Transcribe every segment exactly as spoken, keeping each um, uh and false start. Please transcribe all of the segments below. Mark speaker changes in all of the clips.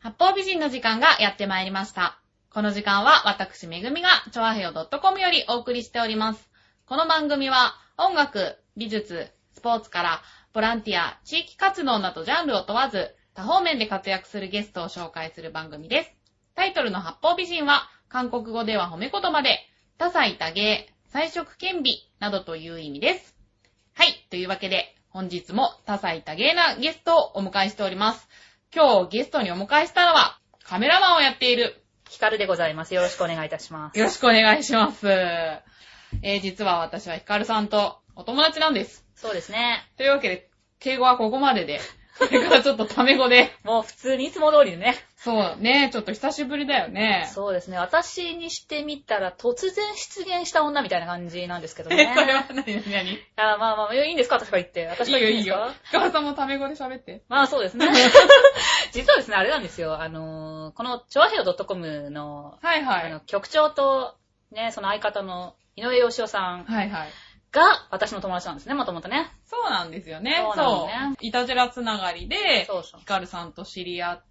Speaker 1: 八方美人の時間がやってまいりました。この時間は私めぐみがチョアヘヨ .com よりお送りしております。この番組は音楽、美術、スポーツからボランティア、地域活動などジャンルを問わず多方面で活躍するゲストを紹介する番組です。タイトルの八方美人は韓国語では褒め言葉で多彩多芸、彩色兼備などという意味です。はい、というわけで本日も多彩多芸なゲストをお迎えしております。今日ゲストにお迎えしたのはカメラマンをやっている
Speaker 2: ヒカルでございます。よろしくお願いいたします。
Speaker 1: よろしくお願いします。えー、実は私はヒカルさんとお友達なんです。
Speaker 2: そうですね。
Speaker 1: というわけで、敬語はここまでで、それからちょっとタメ語で。
Speaker 2: もう普通にいつも通りでね。
Speaker 1: そうね、ちょっと久しぶりだよね。
Speaker 2: そうですね。私にしてみたら突然出現した女みたいな感じなんですけどね。
Speaker 1: え、それは何何何
Speaker 2: あまあまあ、いいんですか私から言って。私から言っていいですか？
Speaker 1: いいよいいよ。ヒカルさんもタメ語で喋って。
Speaker 2: まあそうですね。実はですね、あれなんですよ。あのー、このチョアヘヨ .com の、
Speaker 1: はいはい、
Speaker 2: あの局長と、ね、その相方の井上義雄さん。
Speaker 1: はいはい。
Speaker 2: が、私の友達なんですね、もともとね。
Speaker 1: そうなんですよね。
Speaker 2: そうなんですね。
Speaker 1: そう。いたじらつながりで、
Speaker 2: そうそう。
Speaker 1: ヒカルさんと知り合って、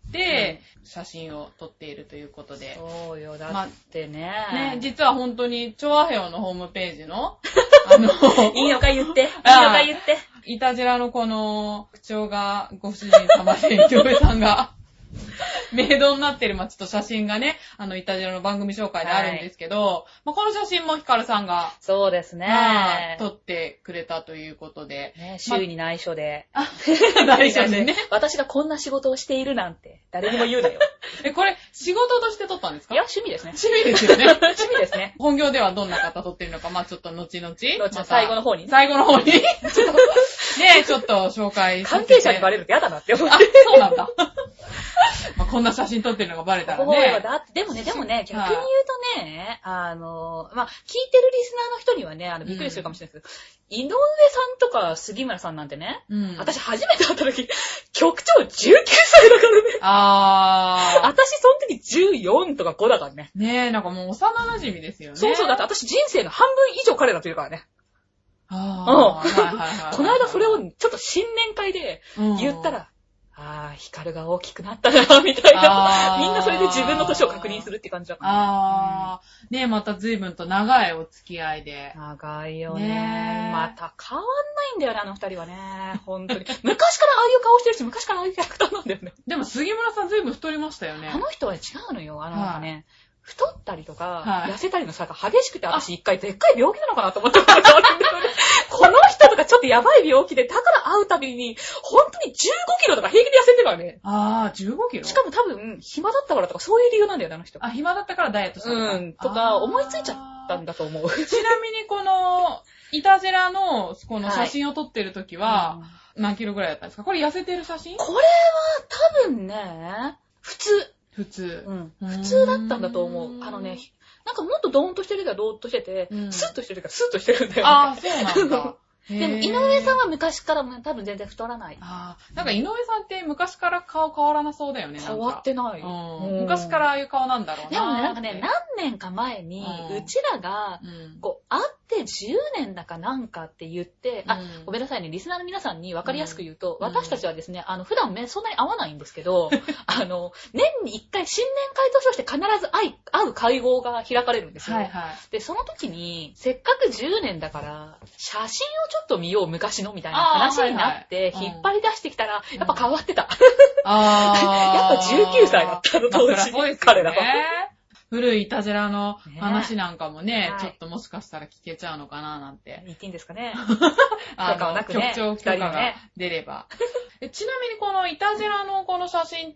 Speaker 1: うん、写真を撮っているということで。
Speaker 2: そうよ、だってね。
Speaker 1: ま、ね、実は本当に、チョアヘヨのホームページの、あの、
Speaker 2: いいのか言って、いいのか言って。
Speaker 1: いたじらのこの、口調がご主人様で、井上さんが、メイドになってる、まあ、ちょっと写真がね、あの、イタジラの番組紹介であるんですけど、はい、まあ、この写真もヒカルさんが、
Speaker 2: そうですね、
Speaker 1: まあ、撮ってくれたということで。
Speaker 2: ね、周囲に内緒で。
Speaker 1: あ、内緒でね。
Speaker 2: 私がこんな仕事をしているなんて、誰にも言うなよ。
Speaker 1: え、これ、仕事として撮ったんですか？
Speaker 2: いや、趣味ですね。
Speaker 1: 趣味ですよね。
Speaker 2: 趣味ですね。
Speaker 1: 本業ではどんな方撮ってるのか、まあちょっと後々。
Speaker 2: 後々、最後の方に。
Speaker 1: 最後の方に。ねえ、ちょっと紹介して。
Speaker 2: 関係者にバレるって嫌だなって思って。
Speaker 1: あ、そうなんだ。まあ、こんな写真撮ってるのがバレたらね。
Speaker 2: だって、でもね、でもね、逆に言うとね、あの、まあ、聞いてるリスナーの人にはね、あの、びっくりするかもしれないですけど、うん、井上さんとか杉村さんなんてね、うん、私初めて会った時、局長じゅうきゅうさいだからね。
Speaker 1: あー。
Speaker 2: 私その時じゅうよんとかごだからね。
Speaker 1: ねえ、なんかもう幼馴染ですよね。
Speaker 2: そうそう、だって私人生の半分以上彼だというからね。
Speaker 1: あー。うん。はいはいはい。
Speaker 2: この間それをちょっと新年会で言ったら、うんあー、ヒカルが大きくなったな、みたいな。みんなそれで自分の年を確認するって感じだった。
Speaker 1: あー。うん、ねえ、また随分と長いお付き合いで。
Speaker 2: 長いよね。ねまた変わんないんだよね、あの二人はね。本当に。昔からああいう顔してるし、昔からああいうキャラクターなんだよね。
Speaker 1: でも杉村さん随分太りましたよね。
Speaker 2: あの人は違うのよ。あのなんかね、はい、太ったりとか、はい、痩せたりの差が激しくて、私一回でっかい病気なのかなと思ってたことあるんだよね。この人とかちょっとやばい病気で、だから会うたびに、本当にじゅうごキロとか平気で痩せてるからね。
Speaker 1: あー、じゅうごキロ？
Speaker 2: しかも多分、暇だったからとか、そういう理由なんだよね、あの人。
Speaker 1: あ、暇だったからダイエットしたのか。
Speaker 2: うん、とか、思いついちゃったんだと思う。
Speaker 1: ちなみにこの、イタジェラの、この写真を撮ってる時は、はい、何キロぐらいだったんですか？これ痩せてる写真？
Speaker 2: これは多分ね、普通。
Speaker 1: 普通。
Speaker 2: うん。普通だったんだと思う。あのね、なんかもっとドーンとしてる時はドーンとしてて、うん、スッとしてる時はスッとしてるんだよね。
Speaker 1: ああ、そうなんだ。
Speaker 2: でも井上さんは昔からも多分全然太らない。
Speaker 1: ああ、なんか井上さんって昔から顔変わらなそうだよね。
Speaker 2: 変わってない。
Speaker 1: うん、昔からああいう顔なんだろうな。
Speaker 2: でもね、なんかね、何年か前に、うちらが、こう、会ってじゅうねんだかなんかって言って、うん、あ、ごめんなさいね、リスナーの皆さんに分かりやすく言うと、うん、私たちはですね、あの、普段ね、そんなに会わないんですけど、あの、年に一回新年会として必ず会い、会う会合が開かれるんですよ。はいはい。で、その時に、せっかくじゅうねんだから、写真をちょっと見よう、昔のみたいな話になって、はいはい、引っ張り出してきたら、やっぱ変わってた。あやっぱじゅうきゅうさいだったの、当時。
Speaker 1: まあ、彼らは。古いイタジェラの話なんかもね、ねちょっともしかしたら聞けちゃうのかななんて。
Speaker 2: 言っていいんですかね。
Speaker 1: あの、局長許可が出れば。えちなみにこのイタジェラのこの写真って、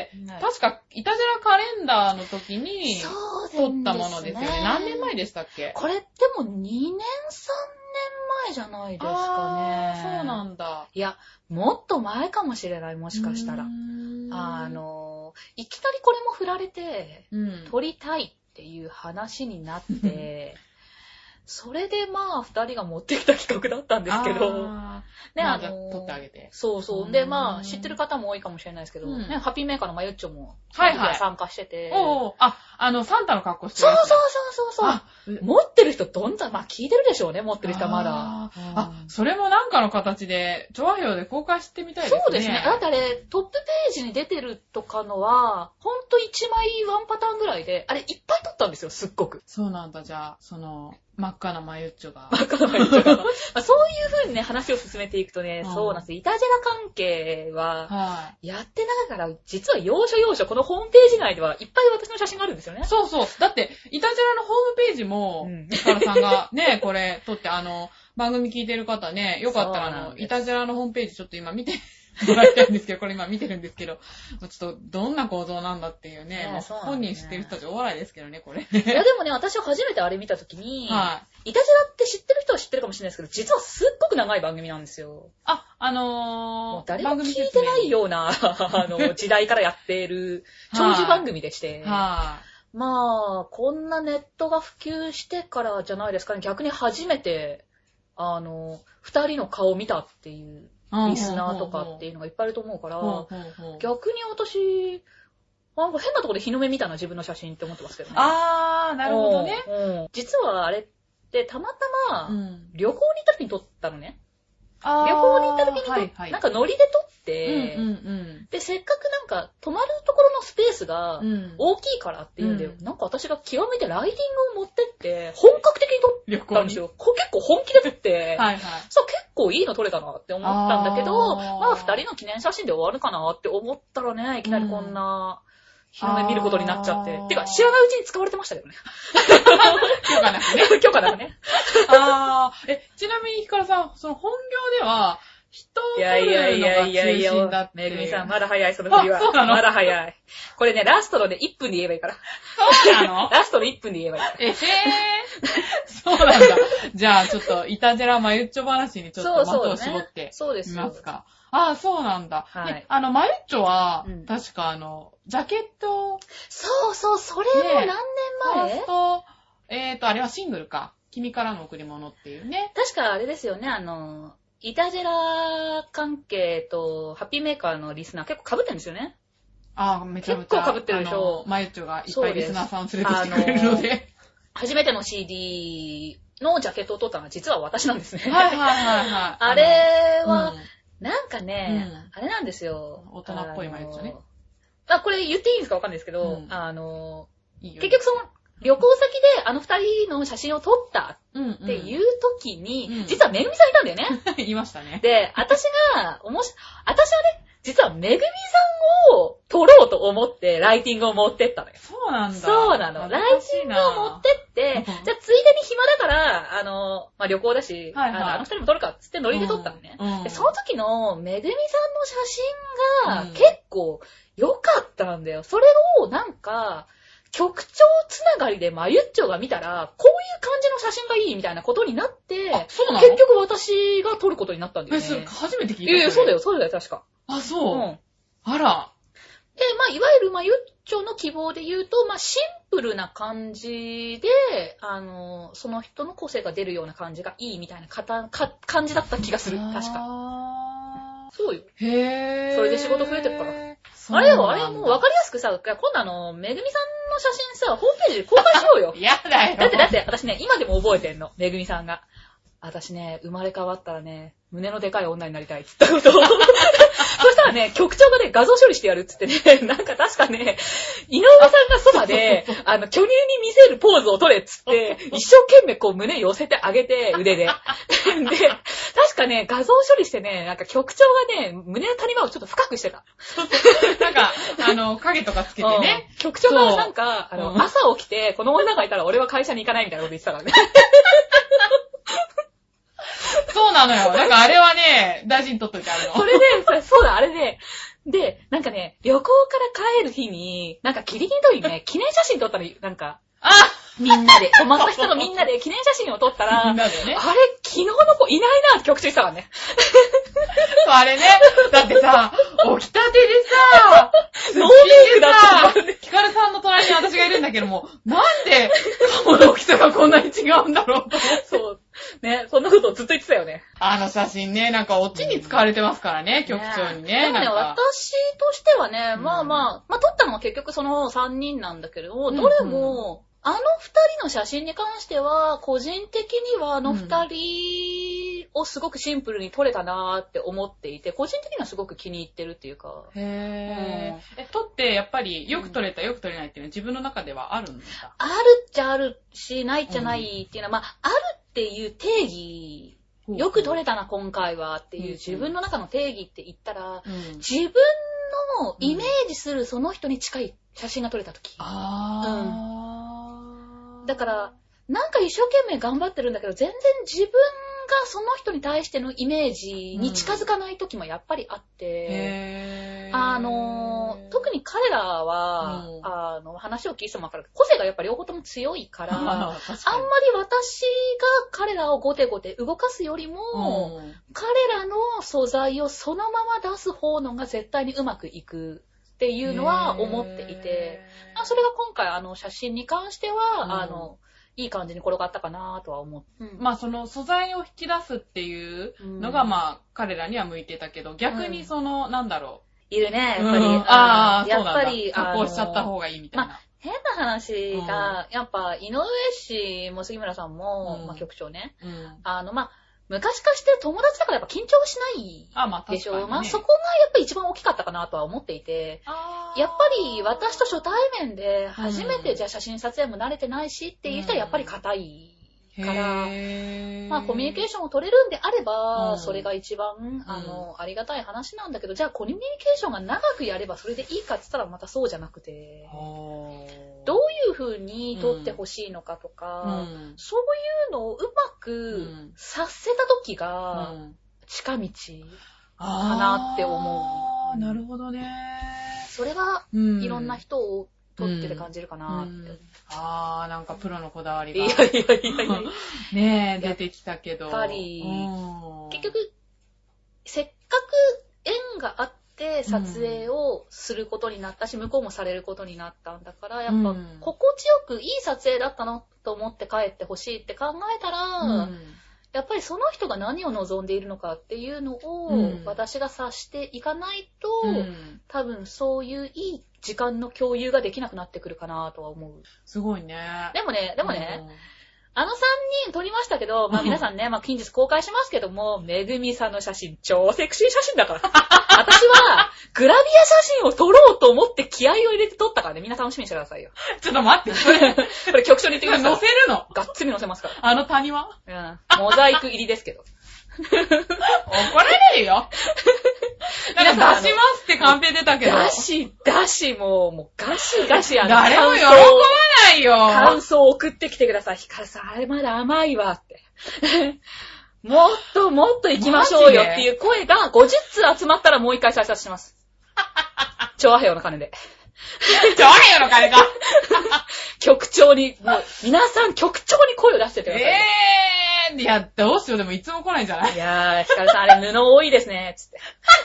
Speaker 1: はい、確かイタジェラカレンダーの時に撮ったものですよね。ね何年前でしたっけ？
Speaker 2: これってもうにねんさんねんまえじゃないですかね。
Speaker 1: あー、そうなんだ。
Speaker 2: いや、もっと前かもしれない、もしかしたら。あの、いきなりこれも振られて、うん、撮りたいっていう話になって、 それでまあ、二人が持ってきた企画だったんですけど、ね、
Speaker 1: まあ、あのー、撮ってあげて。
Speaker 2: そうそう。で、まあ、知ってる方も多いかもしれないですけど、うん、ね、ハッピーメーカーのマユッチョも、はいはい。参加してて。
Speaker 1: おうおう、あ、あの、サンタの格好してる。
Speaker 2: そうそうそうそうそう。持ってる人どんな、まあ聞いてるでしょうね、持ってる人はまだ。
Speaker 1: あ、うん、あ、それもなんかの形で、チョアヘヨで公開してみたいですね。
Speaker 2: そうですね。だってあれ、トップページに出てるとかのは、ほんといちまいワンパターンぐらいで、あれいっぱい撮ったんですよ、すっごく。
Speaker 1: そうなんだ、じゃあ、その、真っ赤なマユッチョが。
Speaker 2: 真っ赤なマユッチョが。まあ、そういう風にね、話を進めていくとね、うん、そうなんです。イタジェラ関係は、はい、やってながら、実は要所要所、このホームページ内ではいっぱい私の写真があるんですよね。
Speaker 1: そうそう。だって、イタジェラのホームページも、ヒカルさんがね、これ撮って、あの、番組聞いてる方ね、よかったらあの、イタジェラのホームページちょっと今見てもらいたいんですけど、これ今見てるんですけど、ちょっとどんな構造なんだっていうね、ねもう本人知ってる人たちお笑いですけどね、これ。い
Speaker 2: やでもね、私は初めてあれ見たときに、はい、イタジェラって知ってる人は知ってるかもしれないですけど、実はすっごく長い番組なんですよ。
Speaker 1: あ、あのー、
Speaker 2: もう誰も聞いてないような、あの、時代からやっている長寿番組でして、はいはい、まあ、こんなネットが普及してからじゃないですかね、逆に初めて、あの、二人の顔を見たっていう、リスナーとかっていうのがいっぱいいると思うから、逆に私、なんか変なところで日の目見たな、自分の写真って思ってますけどね。
Speaker 1: あー、なるほどね。
Speaker 2: うんうん、実はあれってたまたま旅行に行った時に撮ったのね。うん、旅行に行った時に、はいはい、なんかノリで撮って、うんうんうん、で、せっかくなんか泊まるところのスペースが大きいからっていうんで、うん、なんか私が極めてライティングを持ってって、本格的に撮ったんですよ。結構本気で撮って、はいはい、そう結構いいの撮れたなって思ったんだけど、まあ二人の記念写真で終わるかなって思ったらね、いきなりこんな、うん日の目見ることになっちゃって。てか、知らないうちに使われてましたけどね。
Speaker 1: 許可なくね。
Speaker 2: 許可なくね。
Speaker 1: あー。え、ちなみにヒカルさん、その本業では、人を撮るのが中心だって。いやいやいやいやいや、
Speaker 2: めぐみさん、まだ早い、その振りは。そうなの？まだ早い。これね、ラストのでいっぷんで言えばいいから。
Speaker 1: そうなの？
Speaker 2: ラストのいっぷんで言えばいい。
Speaker 1: え、へー。そうなんだ。じゃあ、ちょっと、イタジェラマユッチョ話にちょっと的を絞ってみますか。ああ、そうなんだ。はい。あの、マユッチョは、うん、確かあの、ジャケット。
Speaker 2: そうそう、それも何年前、
Speaker 1: ね、ファースト、えーと、あれはシングルか。君からの贈り物っていうね。
Speaker 2: 確かあれですよね、あの、イタジェラ関係とハッピーメーカーのリスナー結構被ってるんですよね。
Speaker 1: ああ、めちゃめちゃ。
Speaker 2: 結構被ってるでしょ。
Speaker 1: マユッチョがいっぱいリスナーさんを連れてきてくれるので。
Speaker 2: 初めての シーディー のジャケットを撮ったのは実は私なんですね。
Speaker 1: はいはいはいはい。
Speaker 2: あれは、うんなんかね、うん、あれなんですよ。
Speaker 1: 大人っぽいマユッチョね。
Speaker 2: あ、これ言っていいんですかわかんないですけど、うん、あの、いい結局その、旅行先であの二人の写真を撮ったっていう時に、うんうん、実はめぐみさんいたんだよね。
Speaker 1: いましたね。
Speaker 2: で、私が、おもし、私はね、実はめぐみさんを撮ろうと思って、ライティングを持ってったのよ。
Speaker 1: そうなんだ。
Speaker 2: そうなの。ライティングを持ってって、じゃあついでに暇だから、あの、まあ、旅行だし、はいはい、あの、あの二人も撮るかっつってノリで撮ったのね。うんうん、でその時のめぐみさんの写真が結構良かったんだよ。それをなんか、局長つながりでマユッチョが見たら、こういう感じの写真がいいみたいなことになって、
Speaker 1: そうなの？
Speaker 2: 結局私が撮ることになったんだよね。
Speaker 1: え、それ初めて聞いた。
Speaker 2: いやいや、そうだよ、そうだよ、確か。
Speaker 1: あ、そう。うん。あら。
Speaker 2: で、まあ、いわゆるマユッチョの希望で言うと、まあ、シンプルな感じで、あの、その人の個性が出るような感じがいいみたいなかたか感じだった気がする、確か。そうよ。
Speaker 1: へー。
Speaker 2: それで仕事増えてるから。あれよ、あれもう分かりやすくさ、今度あの、めぐみさんの写真さ、ホームページで公開しようよ。
Speaker 1: やだよ。
Speaker 2: だって、だって、私ね、今でも覚えてんの、めぐみさんが。私ね、生まれ変わったらね、胸のでかい女になりたいって言ったことを。そしたらね、局長がね、画像処理してやるって言ってね、なんか確かね、井上さんがそばで、あの、巨乳に見せるポーズを取れっつって、一生懸命こう胸寄せてあげて、腕で。で、確かね、画像処理してね、なんか局長がね、胸の谷間をちょっと深くしてた。
Speaker 1: なんか、あの、影とかつけてね。
Speaker 2: うん、局長がなんか、あの、うん、朝起きて、この女がいたら俺は会社に行かないみたいなこと言ってたからね。
Speaker 1: そうなのよ。なんかあれはね、大事に撮っといてあるの。
Speaker 2: それで、そうだ、あれで、で、なんかね、旅行から帰る日に、なんかキリギリの時にね、記念写真撮ったの、なんか。
Speaker 1: あ
Speaker 2: みんなで、泊まった人のみんなで記念写真を撮ったら、みんなでね、あれ、昨日の子いないなって局長言ってたからね。
Speaker 1: あれね、だってさ、起きたてでさ、
Speaker 2: ノーメイクだった
Speaker 1: ヒカルさんの隣に私がいるんだけども、なんで顔の大きさがこんなに違うんだろうと。
Speaker 2: そう。ね、そんなことをずっと言ってたよね。
Speaker 1: あの写真ね、なんかオチに使われてますからね、局長にね。
Speaker 2: でもね、私としてはね、まあまあ、まあ撮ったのは結局そのさんにんなんだけれども、どれも、あの二人の写真に関しては、個人的にはあの二人をすごくシンプルに撮れたなーって思っていて、個人的にはすごく気に入ってるっていうか。
Speaker 1: へー。え、撮ってやっぱりよく撮れた、よく撮れないっていうのは自分の中ではあるんだ。
Speaker 2: あるっちゃあるし、ないっちゃないっていうのは、まあ、あるっていう定義、よく撮れたな今回はっていう自分の中の定義って言ったら、うん、自分のイメージするその人に近い写真が撮れたとき。あー。うんだから、なんか一生懸命頑張ってるんだけど、全然自分がその人に対してのイメージに近づかない時もやっぱりあって、うん、あの、特に彼らは、うん、あの、話を聞いても分かるけど、個性がやっぱり両方とも強いから、あんまり私が彼らをゴテゴテ動かすよりも、うん、彼らの素材をそのまま出す方のが絶対にうまくいく。っていうのは思っていて、まあ、それが今回あの写真に関しては、うん、あのいい感じに転がったかなとは思って、うん、
Speaker 1: まあその素材を引き出すっていうのが、うん、まあ彼らには向いてたけど逆にその、うん、なんだろ
Speaker 2: ういるねやっぱり、うん、
Speaker 1: ああやっぱり加工しちゃった方がいいみたいな、まあ、
Speaker 2: 変な話が、やっぱ井上氏も杉村さんも、まあ、局長ね、あのまあ昔化してる友達だからやっぱ緊張しないでしょ。あ、まあ、ね、まあそこがやっぱり一番大きかったかなとは思っていて、やっぱり私と初対面で初めてじゃあ写真撮影も慣れてないしっていう人はやっぱり硬いから、まあコミュニケーションを取れるんであれば、それが一番あのありがたい話なんだけど、じゃあコミュニケーションが長くやればそれでいいかって言ったらまたそうじゃなくて、どういう風に撮ってほしいのかとか、うん、そういうのをうまくさせた時が近道かなって思う。
Speaker 1: あー、なるほどね。
Speaker 2: それがいろんな人を撮ってて感じるかなって。うんうん、
Speaker 1: あー、なんかプロのこだわりが。
Speaker 2: いやいやいやいや
Speaker 1: ねえ、出てきたけど。
Speaker 2: やっぱり、結局、せっかく縁があって、で撮影をすることになったし、うん、向こうもされることになったんだから、やっぱ心地よくいい撮影だったのと思って帰ってほしいって考えたら、うん、やっぱりその人が何を望んでいるのかっていうのを私が察していかないと、うん、多分そういういい時間の共有ができなくなってくるかなとは思う。
Speaker 1: すごいね。
Speaker 2: でもね、でもね、うん、あのさんにん撮りましたけど、まあ皆さんね、まあ近日公開しますけども、めぐみさんの写真超セクシー写真だから。私は、グラビア写真を撮ろうと思って気合を入れて撮ったからね、みんな楽しみにしてくださいよ。
Speaker 1: ちょっと待って、これ、
Speaker 2: これ局長に言ってください。
Speaker 1: 載せるの？
Speaker 2: がっつり載せますから。
Speaker 1: あの谷は？
Speaker 2: うん。モザイク入りですけど。
Speaker 1: 怒られるよ。なんか出しますってカンペ出たけど。
Speaker 2: 出し、出し、もう、もうガシガシあの、
Speaker 1: 誰も喜ばないよ。
Speaker 2: 感想を送ってきてください。ヒカルさん、あれまだ甘いわって。もっともっと行きましょうよっていう声がごじゅっつう集まったらもう一回再撮します。調和平の金で。
Speaker 1: 調和平の金か。
Speaker 2: 局長に、もう皆さん局長に声を出しててください。
Speaker 1: えー、いや、どうしよう、でもいつも来ないんじゃない？
Speaker 2: いやー、ヒカルさんあれ布多いですね、つって。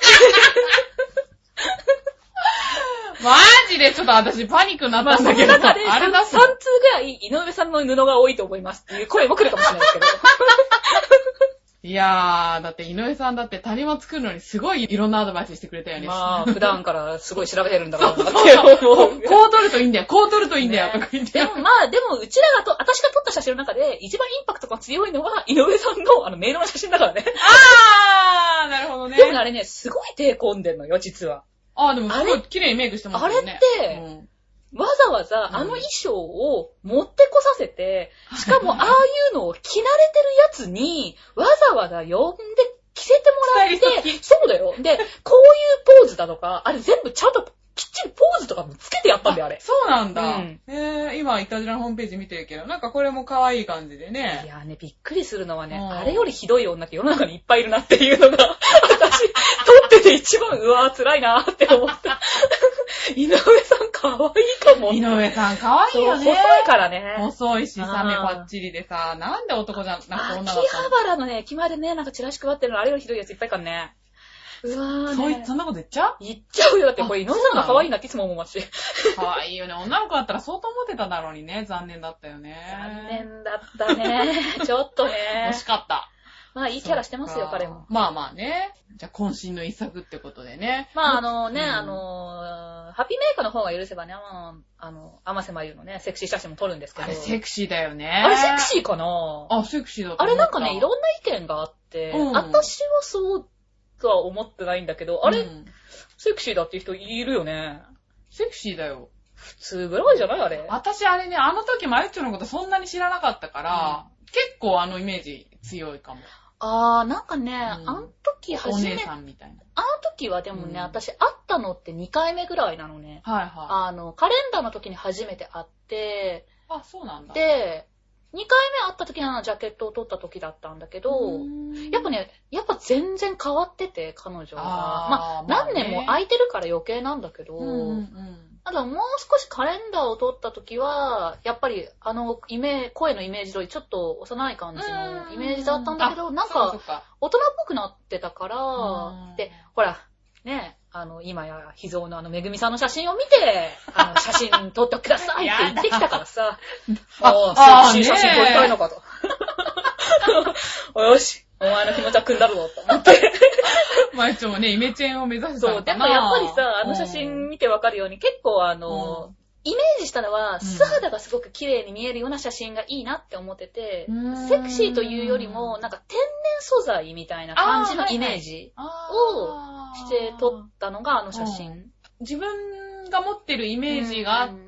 Speaker 1: マジでちょっと私パニックになったんだけど。まあ、その
Speaker 2: 中であれださんつうぐらい井上さんの布が多いと思いますっていう声も来るかもしれないですけど。
Speaker 1: いやー、だって井上さんだって谷間作るのにすごいいろんなアドバイスしてくれたよね。
Speaker 2: まあ、普段からすごい調べてるんだからなって。
Speaker 1: こう撮るといいんだよ、こう撮るといいんだよ、とか言って。
Speaker 2: でもまあ、でもうちらがと、私が撮った写真の中で一番インパクトが強いのは井上さんのあのメイドの写真だからね。
Speaker 1: あー、なるほどね。
Speaker 2: でもあれね、すごい手込んでんのよ、実は。
Speaker 1: あー、でもすごい綺麗にメイクしてますよね。
Speaker 2: あれって、うんわざわざあの衣装を持ってこさせて、うん、しかもああいうのを着慣れてるやつに、わざわざ呼んで着せてもらって、そうだよ。で、こういうポーズだとか、あれ全部ちゃんときっちりポーズとかもつけてやったんだよ、あれ。
Speaker 1: そうなんだ。うん、えー、今、イタジラのホームページ見てるけど、なんかこれも可愛い感じでね。
Speaker 2: いやーね、びっくりするのはね、あれよりひどい女って世の中にいっぱいいるなっていうのが、私、撮ってて一番、うわー辛いなーって思った。井上さん可愛いかも。
Speaker 1: 井上さん可愛いよね。
Speaker 2: 細いからね。
Speaker 1: 細いし、サメパッチリでさ、なんで男じゃなくて女だったの？
Speaker 2: 秋葉原のね、駅前でね、なんかチラシ配ってるの、あれよりひどいやついっぱいいからね。 うわーね。
Speaker 1: そうい、そんなこと言っちゃう
Speaker 2: 言っちゃうよ。だってこれ井上さんが可愛いなっていつも思うし。
Speaker 1: 可愛いよね。女の子だったら相当モテただろうにね。残念だったよね。
Speaker 2: 残念だったね。ちょっとね。
Speaker 1: 惜しかった。
Speaker 2: まあいいキャラしてますよ、彼も。
Speaker 1: まあまあね。じゃあ渾身の一作ってことでね。
Speaker 2: まああのね、
Speaker 1: うん、
Speaker 2: あの、ハッピーメーカーの方が許せばね、あの、あの、甘瀬まゆのね、セクシー写真も撮るんですけど。
Speaker 1: あれセクシーだよね。
Speaker 2: あれセクシーかな
Speaker 1: あ、セクシーだった。
Speaker 2: あれなんかね、いろんな意見があって、うん、私はそうとは思ってないんだけど、あれ、うん、セクシーだっていう人いるよね。
Speaker 1: セクシーだよ。
Speaker 2: 普通ぐらいじゃないあれ。
Speaker 1: 私あれね、あの時まゆっちょのことそんなに知らなかったから、うん、結構あのイメージ強いかも。
Speaker 2: あー、なんかね、うん、あの時初め、
Speaker 1: お姉さんみたいな。
Speaker 2: あの時はでもね、うん、私会ったのってにかいめぐらいなのね。
Speaker 1: はいはい。
Speaker 2: あの、カレンダーの時に初めて会って、
Speaker 1: あ、そうなんだ。
Speaker 2: で、にかいめ会った時にあのジャケットを撮った時だったんだけど、やっぱね、やっぱ全然変わってて、彼女が。まあ、何年も空いてるから余計なんだけど、うんうんうん、ただもう少しカレンダーを撮った時は、やっぱりあのイメージ、声のイメージ通りちょっと幼い感じのイメージだったんだけど、なんか大人っぽくなってたから、で、ほら、ね、あの、今や秘蔵のあのめぐみさんの写真を見て、あの、写真撮ってくださいって言ってきたからさ、もう、セクシー写真撮りたいのかと。よし、お前の気持ちは組んだろうと思って。
Speaker 1: まいちょもね、イメチェンを目指してたのかな。
Speaker 2: そう、でもやっぱりさ、あの写真見てわかるように、結構あの、うん、イメージしたのは、素肌がすごく綺麗に見えるような写真がいいなって思ってて、うん、セクシーというよりも、なんか天然素材みたいな感じのイメージをして撮ったのがあの写真。うん、
Speaker 1: 自分が持ってるイメージがあって、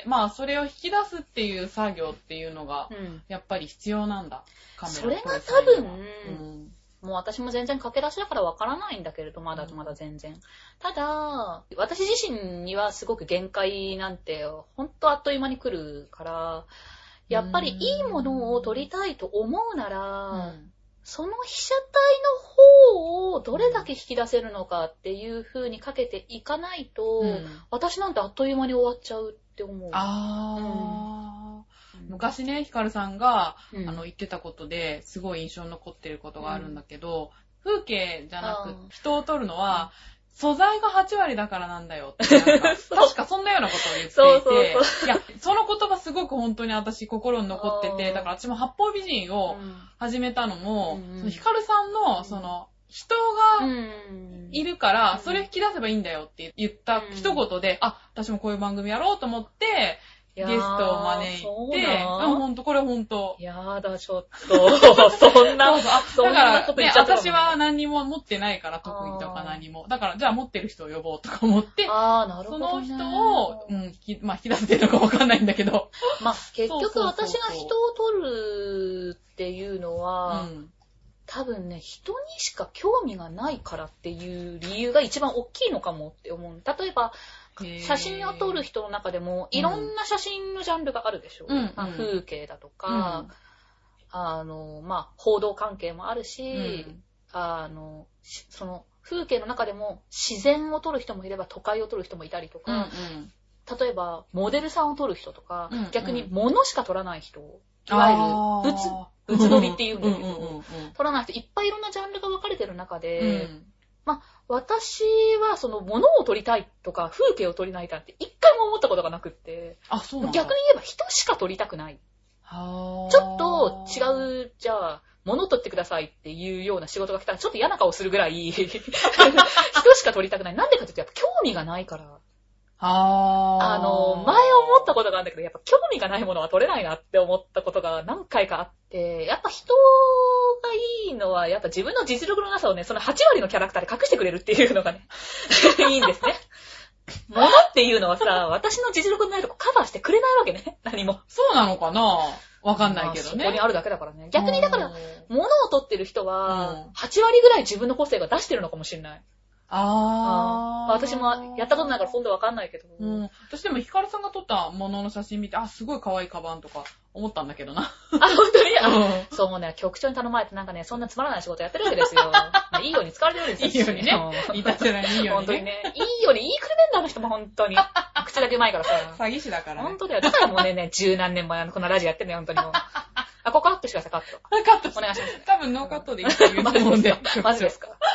Speaker 1: うん、まあそれを引き出すっていう作業っていうのが、やっぱり必要なんだ。
Speaker 2: カメラそれが多分、うんもう私も全然駆け出しだからわからないんだけれど、まだまだ全然。ただ、私自身にはすごく限界なんて、ほんとあっという間に来るから、やっぱりいいものを撮りたいと思うなら、うん、その被写体の方をどれだけ引き出せるのかっていう風にかけていかないと、うん、私なんてあっという間に終わっちゃうって思う。
Speaker 1: あー。うん昔ね、ヒカルさんが、うん、あの言ってたことですごい印象に残ってることがあるんだけど、うん、風景じゃなく人を撮るのは、うん、素材がはち割だからなんだよってなんか確かそんなようなことを言っていて
Speaker 2: そうそうそう
Speaker 1: いやその言葉すごく本当に私心に残っててだから私も八方美人を始めたのも、うん、ヒカルさんのその人がいるから、うん、それ引き出せばいいんだよって言った一言で、うん、あ、私もこういう番組やろうと思ってゲストを招いて、うん、ほんと、これほんと。
Speaker 2: やだ、ちょっと。そんな、
Speaker 1: そんなこと言っちゃった。私は何にも持ってないから、特技とか何も。だから、じゃあ持ってる人を呼ぼうとか思って、
Speaker 2: あー、なるほど、
Speaker 1: ね。その人を、うん、引き、まあ、引き出せてるのかわかんないんだけど。
Speaker 2: まあ、結局私が人を取るっていうのは、うん、多分ね、人にしか興味がないからっていう理由が一番大きいのかもって思う。例えば、写真を撮る人の中でもいろんな写真のジャンルがあるでしょう、うんまあ、風景だとか、うん、あのまあ、報道関係もあるし、うん、あのその風景の中でも自然を撮る人もいれば都会を撮る人もいたりとか、うんうん、例えばモデルさんを撮る人とか、うんうん、逆に物しか撮らない人、いわゆる物物撮りっていうんだけど、撮らない人いっぱいいろんなジャンルが分かれてる中で、うんまあ、私はその物を撮りたいとか風景を撮りたいなんて一回も思ったことがなくって、
Speaker 1: あ、そうなんだ。
Speaker 2: 逆に言えば人しか撮りたくない。はちょっと違う、じゃあ、物撮ってくださいっていうような仕事が来たらちょっと嫌な顔するぐらい人しか撮りたくない。なんでかというとやっぱ興味がないから。
Speaker 1: は
Speaker 2: あの、前思ったことがあるんだけど、やっぱ興味がないものは撮れないなって思ったことが何回かあって、やっぱ人がいいのは、やっぱ自分の実力のなさをね、そのはち割のキャラクターで隠してくれるっていうのがね、いいんですね。物っていうのはさ、私の実力のないとこカバーしてくれないわけね、何も。
Speaker 1: そうなのかなわかんないけどね。
Speaker 2: まあ、そこにあるだけだからね。逆にだから、物を撮ってる人は、はち割ぐらい自分の個性が出してるのかもしれない。
Speaker 1: ああ。
Speaker 2: 私もやったことないからほんとわかんないけど。
Speaker 1: うん。私でもヒカルさんが撮ったものの写真見て、あ、すごい可愛いカバンとか思ったんだけどな。
Speaker 2: あ、本当に、うん、そうね、局長に頼まれてなんかね、そんなつまらない仕事やってるわけですよ。いいように使われてるんです
Speaker 1: よ。いいようにね。いたじゃない、いいように、ね。
Speaker 2: 本当にね。いいように言いくるめんだ、あの人も本当に。口だけうまいからさ。
Speaker 1: 詐欺師だからね。
Speaker 2: 本当だよ。だからもうね、ね、十何年前このラジオやってんのよ、本当にもう。あ、ここカットしてください、カット。
Speaker 1: カット
Speaker 2: お願いします、ね。
Speaker 1: 多分ノーカットでいいって言うと思うんで。
Speaker 2: マジですか。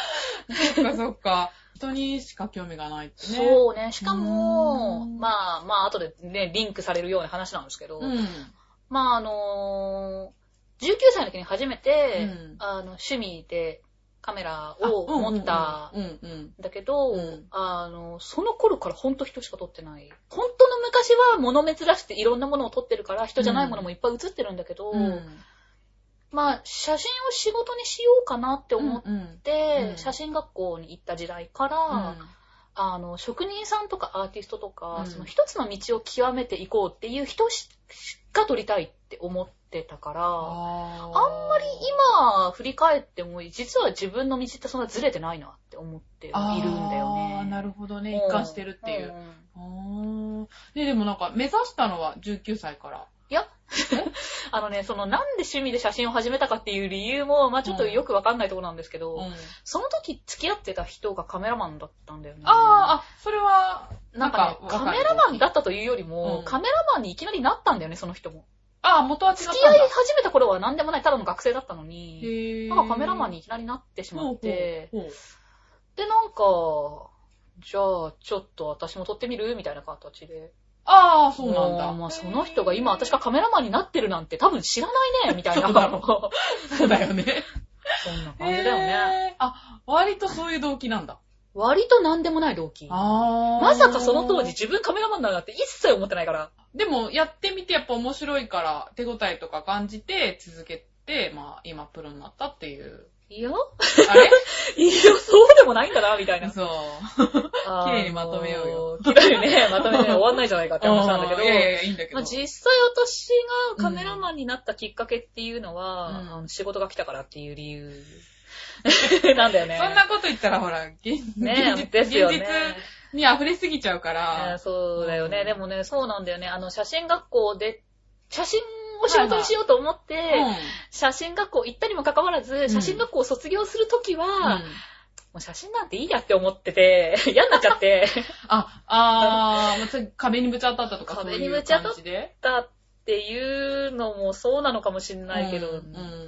Speaker 1: そっかそっか。人にしか興味がないってね。
Speaker 2: そうね。しかも、まあまあ後でね、リンクされるような話なんですけど、うん、まああのー、じゅうきゅうさいの時に初めて、うん、あの趣味でカメラを持ったんだけど、うんうん、あの、その頃からほんと人しか撮ってない。本当の昔は物珍しくていろんなものを撮ってるから人じゃないものもいっぱい写ってるんだけど、うん、まあ写真を仕事にしようかなって思って、うんうん、写真学校に行った時代から、うん、あの職人さんとかアーティストとか、うん、その一つの道を極めていこうっていう人しか撮りたいって思ってたから、あんまり今振り返っても実は自分の道ってそんなずれてないなって思っているんだよね。
Speaker 1: あー、なるほどね。一貫してるっていう。うん、あで、でもなんか目指したのはじゅうきゅうさいから。
Speaker 2: いやあのね、そのなんで趣味で写真を始めたかっていう理由も、まあちょっとよくわかんないところなんですけど、うん、その時付き合ってた人がカメラマンだったんだよね。
Speaker 1: ああ、それは、
Speaker 2: なんかね、カメラマンだったというよりも、うん、カメラマンにいきなりなったんだよね、その人も。
Speaker 1: ああ、元は違ったんだ。
Speaker 2: 付き合い始めた頃は何でもない、ただの学生だったのに、なんかカメラマンにいきなりなってしまって、ほうほうほうで、なんか、じゃあ、ちょっと私も撮ってみるみたいな形で。
Speaker 1: ああ、そうなんだ。
Speaker 2: まあ、その人が今私がカメラマンになってるなんて多分知らないね、みたいな。
Speaker 1: そうだろう。そうだよね。
Speaker 2: そんな感じだよね。
Speaker 1: あ、割とそういう動機なんだ。
Speaker 2: 割と何でもない動機。あまさかその当時自分カメラマンなんだって一切思ってないから。
Speaker 1: でも、やってみてやっぱ面白いから手応えとか感じて続けて、まあ、今プロになったっていう。
Speaker 2: いや
Speaker 1: あれ
Speaker 2: いや、そうでもないんだな、みたいな。
Speaker 1: そう。綺麗にまとめようよ。
Speaker 2: 綺麗にね、まとめて終わんないじゃないかって話なんだけど。
Speaker 1: いやいや、いいんだけど。
Speaker 2: まあ、実際私がカメラマンになったきっかけっていうのは、うんあの仕事が来たからっていう理由なんだよね。
Speaker 1: そんなこと言ったらほら、現実、ね、現実に溢れすぎちゃうから。
Speaker 2: ね、そうだよね、うん。でもね、そうなんだよね。あの、写真学校で、写真を仕事にしようと思って、はいはいうん、写真学校行ったにもかかわらず、写真学校を卒業するときは、うん、もう写真なんていいやって思ってて、嫌になっちゃって。
Speaker 1: あ、あー、壁にぶち当たったとか
Speaker 2: 壁にぶち当たったっていうのもそうなのかもしれないけど、うんうん、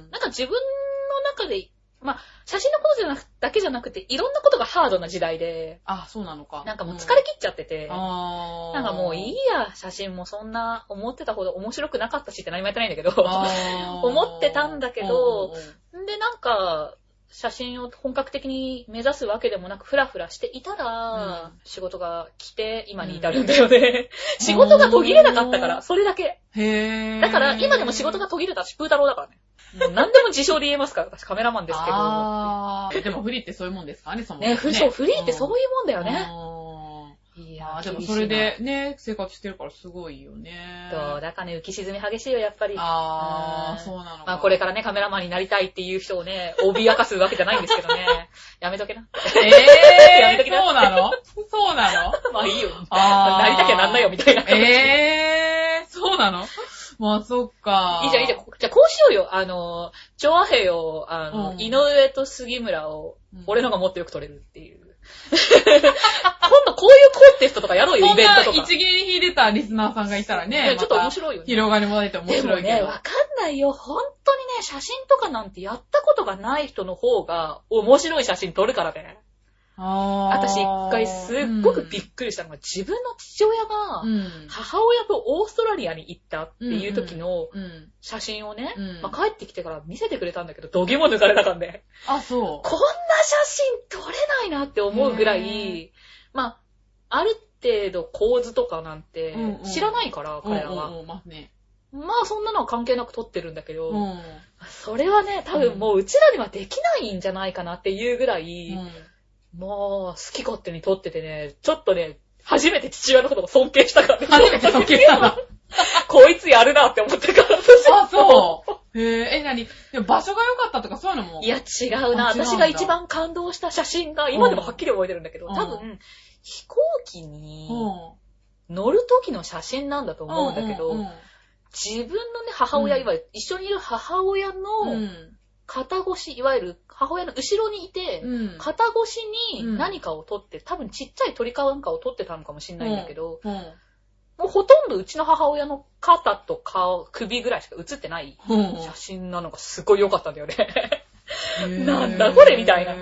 Speaker 2: なんか自分の中で、まあ、写真のことじゃなくだけじゃなくて、いろんなことがハードな時代で。
Speaker 1: あ、そうなのか。
Speaker 2: なんかもう疲れ切っちゃってて。うん、なんかもういいや、写真もそんな思ってたほど面白くなかったしって何もやってないんだけど。思ってたんだけど、で、なんか、写真を本格的に目指すわけでもなく、フラフラしていたら、うん、仕事が来て、今に至るんだよね。うん、仕事が途切れなかったから、それだけ。
Speaker 1: へー。
Speaker 2: だから、今でも仕事が途切れたし、プー太郎だからね。もう何でも自称で言えますから、私カメラマンですけど。
Speaker 1: あー。でもフリーってそういうもんですかね、その
Speaker 2: ね。ね、そう、フリーってそういうもんだよね。
Speaker 1: いやー、でもそれでね、生活してるからすごいよね。
Speaker 2: そう、だからね、浮き沈み激しいよ、やっぱり。
Speaker 1: あー、そうなのか。
Speaker 2: まあこれからね、カメラマンになりたいっていう人をね、脅かすわけじゃないんですけどね。やめとけな。
Speaker 1: えー、やめとけな。そうなのそうなの
Speaker 2: まあいいよ。あー。なりたきゃなんなよ、みたいな感じ。
Speaker 1: えー、そうなのまあそっか。
Speaker 2: いいじゃん、いいじゃん。じゃあこうしようよ。あの、チョアヘヨ、あの、うん、井上と杉村を、俺のがもっとよく撮れるっていう。今度こういうコンテストとかやろうよ、イベントとか。
Speaker 1: そんな一芸に秀でたリスナーさんがいたらね。
Speaker 2: ねちょっと面白いよね。
Speaker 1: 広がりも出て面白いけど。
Speaker 2: でもね、わかんないよ。本当にね、写真とかなんてやったことがない人の方が面白い写真撮るからね。あ私一回すっごくびっくりしたのが、うん、自分の父親が母親とオーストラリアに行ったっていう時の写真をね、うんうんまあ、帰ってきてから見せてくれたんだけど、どぎも抜かれたかんで。
Speaker 1: あ、そう。こんな
Speaker 2: 写真撮れないなって思うぐらい、まあ、ある程度構図とかなんて知らないから、うんうん、彼らは。うんうんうんまあね、まあそんなのは関係なく撮ってるんだけど、うん、それはね、多分もううちらにはできないんじゃないかなっていうぐらい、うんもう、好き勝手に撮っててね、ちょっとね、初めて父親のことを尊敬したからね。
Speaker 1: 初めて尊敬したの
Speaker 2: こいつやるなって思ってから。
Speaker 1: あ、そう。へえ、え、なにでも場所が良かったとかそういうのも
Speaker 2: いや、違うな。私が一番感動した写真が、今でもはっきり覚えてるんだけど、多分、飛行機に乗る時の写真なんだと思うんだけど、うんうんうん、自分のね、母親、うん、いわゆる一緒にいる母親の、うん肩越し、いわゆる母親の後ろにいて、うん、肩越しに何かを撮って、うん、多分ちっちゃい鳥かなんかを撮ってたのかもしれないんだけど、うんうん、もうほとんどうちの母親の肩と顔、首ぐらいしか写ってない写真なのがすごい良かったんだよね。なんだこれみたいな。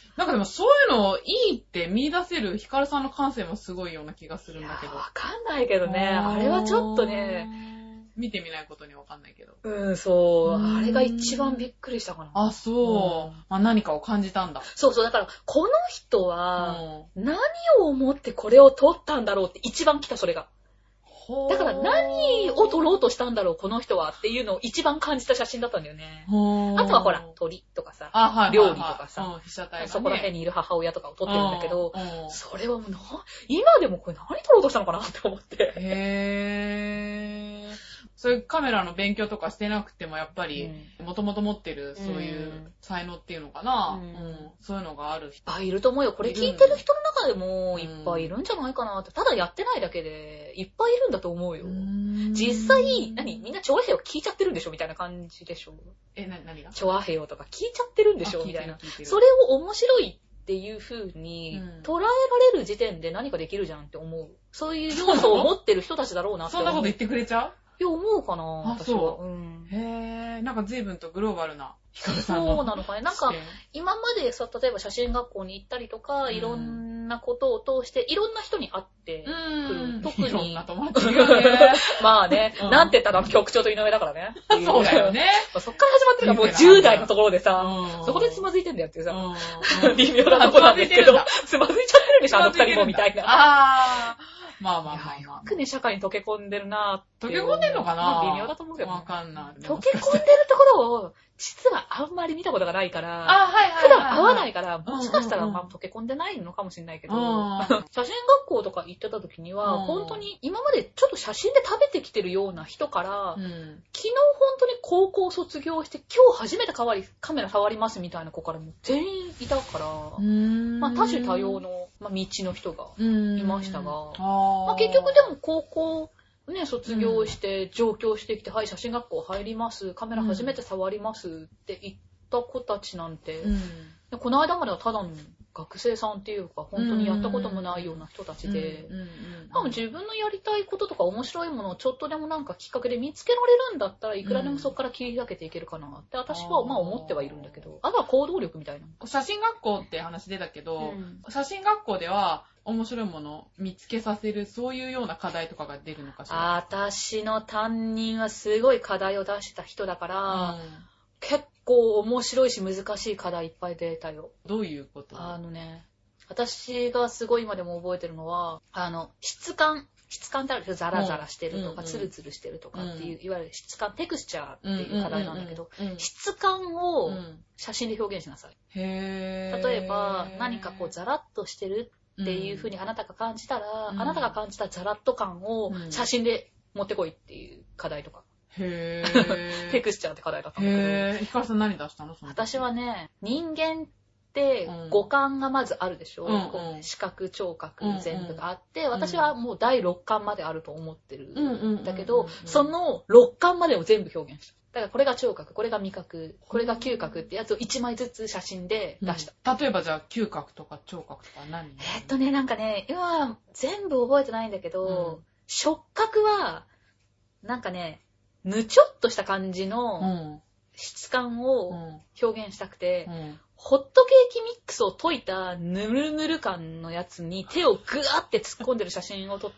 Speaker 1: なんかでもそういうのをいいって見出せるヒカルさんの感性もすごいような気がするんだけど。
Speaker 2: わかんないけどね。あれはちょっとね。
Speaker 1: 見てみないことにわかんないけど。
Speaker 2: うん、そう。あれが一番びっくりしたかな。
Speaker 1: あ、そう。まあ、何かを感じたんだ。
Speaker 2: そうそう。だから、この人は、何を思ってこれを撮ったんだろうって一番来た、それが。だから何を撮ろうとしたんだろう、この人はっていうのを一番感じた写真だったんだよね。あとはほら、鳥とかさ、
Speaker 1: はいはいはい、
Speaker 2: 料理とかさ、うん
Speaker 1: ね、
Speaker 2: そこら辺にいる母親とかを撮ってるんだけど、それはもうな、今でもこれ何撮ろうとしたのかなって思って。
Speaker 1: へー。そういうカメラの勉強とかしてなくてもやっぱり、もともと持ってるそういう才能っていうのかな、うんうん、そういうのがある人。
Speaker 2: あ、いると思うよ。これ聞いてる人の中でもいっぱいいるんじゃないかなって。ただやってないだけでいっぱいいるんだと思うよ。う実際、何みんなチョアヘヨ聞いちゃってるんでしょみたいな感じでしょ。
Speaker 1: え、な、何が
Speaker 2: チョアヘヨとか聞いちゃってるんでしょみたいな。それを面白いっていう風に捉えられる時点で何かできるじゃんって思う。そういう要素を持ってる人たちだろうなって思う。
Speaker 1: そんなこと言ってくれちゃう
Speaker 2: いや、思うかな、私は。
Speaker 1: うん、へぇー、なんか随分とグローバルなヒカルさんの。
Speaker 2: そうなのかね。なんか、今までさ、例えば写真学校に行ったりとか、うん、いろんなことを通して、いろんな人に会ってくる。うん、特に。い
Speaker 1: ろんな友達がね。
Speaker 2: まあね、うん、なんて言ったら局長と井上だからね。
Speaker 1: そうだよね。
Speaker 2: そっから始まってるからもうじゅう代のところでさ、うん、そこでつまずいてんだよっていうさ、うん、微妙なとこなんですけど、つまずいちゃってるでしょ、あの二人もみたいな。
Speaker 1: あー。まあまあまあ、まあ。
Speaker 2: よくね、社会に溶け込んでるなぁ。
Speaker 1: 溶け込んでんのかな
Speaker 2: 微妙だと思うけど、ね。
Speaker 1: わかんない。
Speaker 2: 溶け込んでるところを、実はあんまり見たことがないから、
Speaker 1: あ、はいはいはいはい、
Speaker 2: 普段会わないから、もしかしたら、まあ、溶け込んでないのかもしれないけど、写真学校とか行ってた時には、本当に今までちょっと写真で食べてきてるような人から、うん、昨日本当に高校卒業して、今日初めてカメラ触りますみたいな子からも全員いたから、まあ、多種多様の、まあ、道の人がいましたが、まあ、結局でも高校、ね、卒業して上京してきて、うん、はい、写真学校入ります、カメラ初めて触りますって言った子たちなんて、うん、でこの間まではただの学生さんっていうか本当にやったこともないような人たちで、多分自分のやりたいこととか面白いものをちょっとでもなんかきっかけで見つけられるんだったらいくらでもそこから切り開けていけるかなって私はまあ思ってはいるんだけど、あとは行動力みたいな。
Speaker 1: 写真学校って話出たけど、うん、写真学校では面白いものを見つけさせる、そういうような課題とかが出るのかしら。
Speaker 2: 私の担任はすごい課題を出した人だから、うん、結構面白いし難しい課題いっぱい出たよ。
Speaker 1: どういうこと？
Speaker 2: あのね、私がすごい今でも覚えてるのは、あの、質感。質感ってあるでしょ、ザラザラしてるとか、うん、ツルツルしてるとかっていう、うん、いわゆる質感、テクスチャーっていう課題なんだけど、質感を写真で表現しなさい。
Speaker 1: へー。
Speaker 2: 例えば、何かこうザラッとしてるっていう風にあなたが感じたら、うん、あなたが感じたザラッと感を写真で持ってこいっていう課題とか。
Speaker 1: へー。
Speaker 2: テクスチャーって課題だったんだけど。
Speaker 1: へー。ヒカルさん何出したの？その
Speaker 2: 私はね、人間で五感がまずあるでしょ、うんうん、視覚、聴覚全部があって、うんうん、私はもう第六感まであると思ってるんだけど、その六感までを全部表現した。だからこれが聴覚、これが味覚、これが嗅覚ってやつを一枚ずつ写真で出した。
Speaker 1: うん、例えばじゃあ嗅覚とか聴覚とか何？
Speaker 2: えー、っとね、なんかね、今全部覚えてないんだけど、うん、触覚はなんかね、ぬちょっとした感じの質感を表現したくて、うんうんホットケーキミックスを溶いたぬるぬる感のやつに手をグワーって突っ込んでる写真を撮って、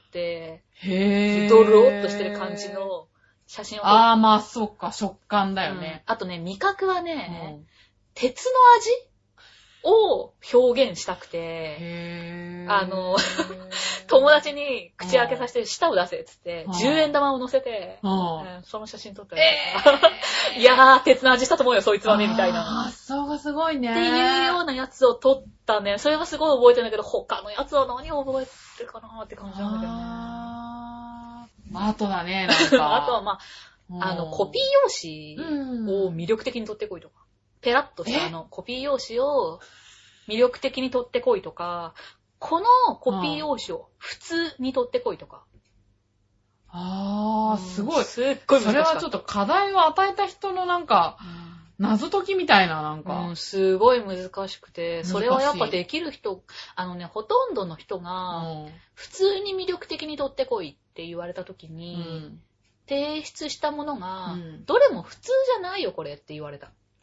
Speaker 1: へー。
Speaker 2: ドローっとしてる感じの写真を撮って。
Speaker 1: あーまあそっか、食感だよね。
Speaker 2: うん、あとね、味覚はね、うん、鉄の味を表現したくて、
Speaker 1: へー。
Speaker 2: あの、友達に口開けさせて舌を出せっつって、じゅうえん玉を乗せて、うん、その写真撮ったりとか、えー、いやー、鉄の味したと思うよ、そいつはね、みたいな。
Speaker 1: 発想がすごいね。
Speaker 2: っていうようなやつを撮ったね。それはすごい覚えてるんだけど、他のやつは何を覚えてるかなーって感じなんだけどね。
Speaker 1: あー。あとだね、なんか。
Speaker 2: あとはまあ、あの、コピー用紙を魅力的に撮ってこいとか。ペラッとしたあの、コピー用紙を魅力的に撮ってこいとか、このコピー用紙を普通に取ってこいとか。
Speaker 1: あー、すごい。
Speaker 2: すっごい難しかった。
Speaker 1: それはちょっと課題を与えた人のなんか、うん、謎解きみたいななんか、
Speaker 2: うん。すごい難しくて、それはやっぱできる人、あのね、ほとんどの人が、普通に魅力的に取ってこいって言われた時に、うん、提出したものが、うん、どれも普通じゃないよこれって言われた。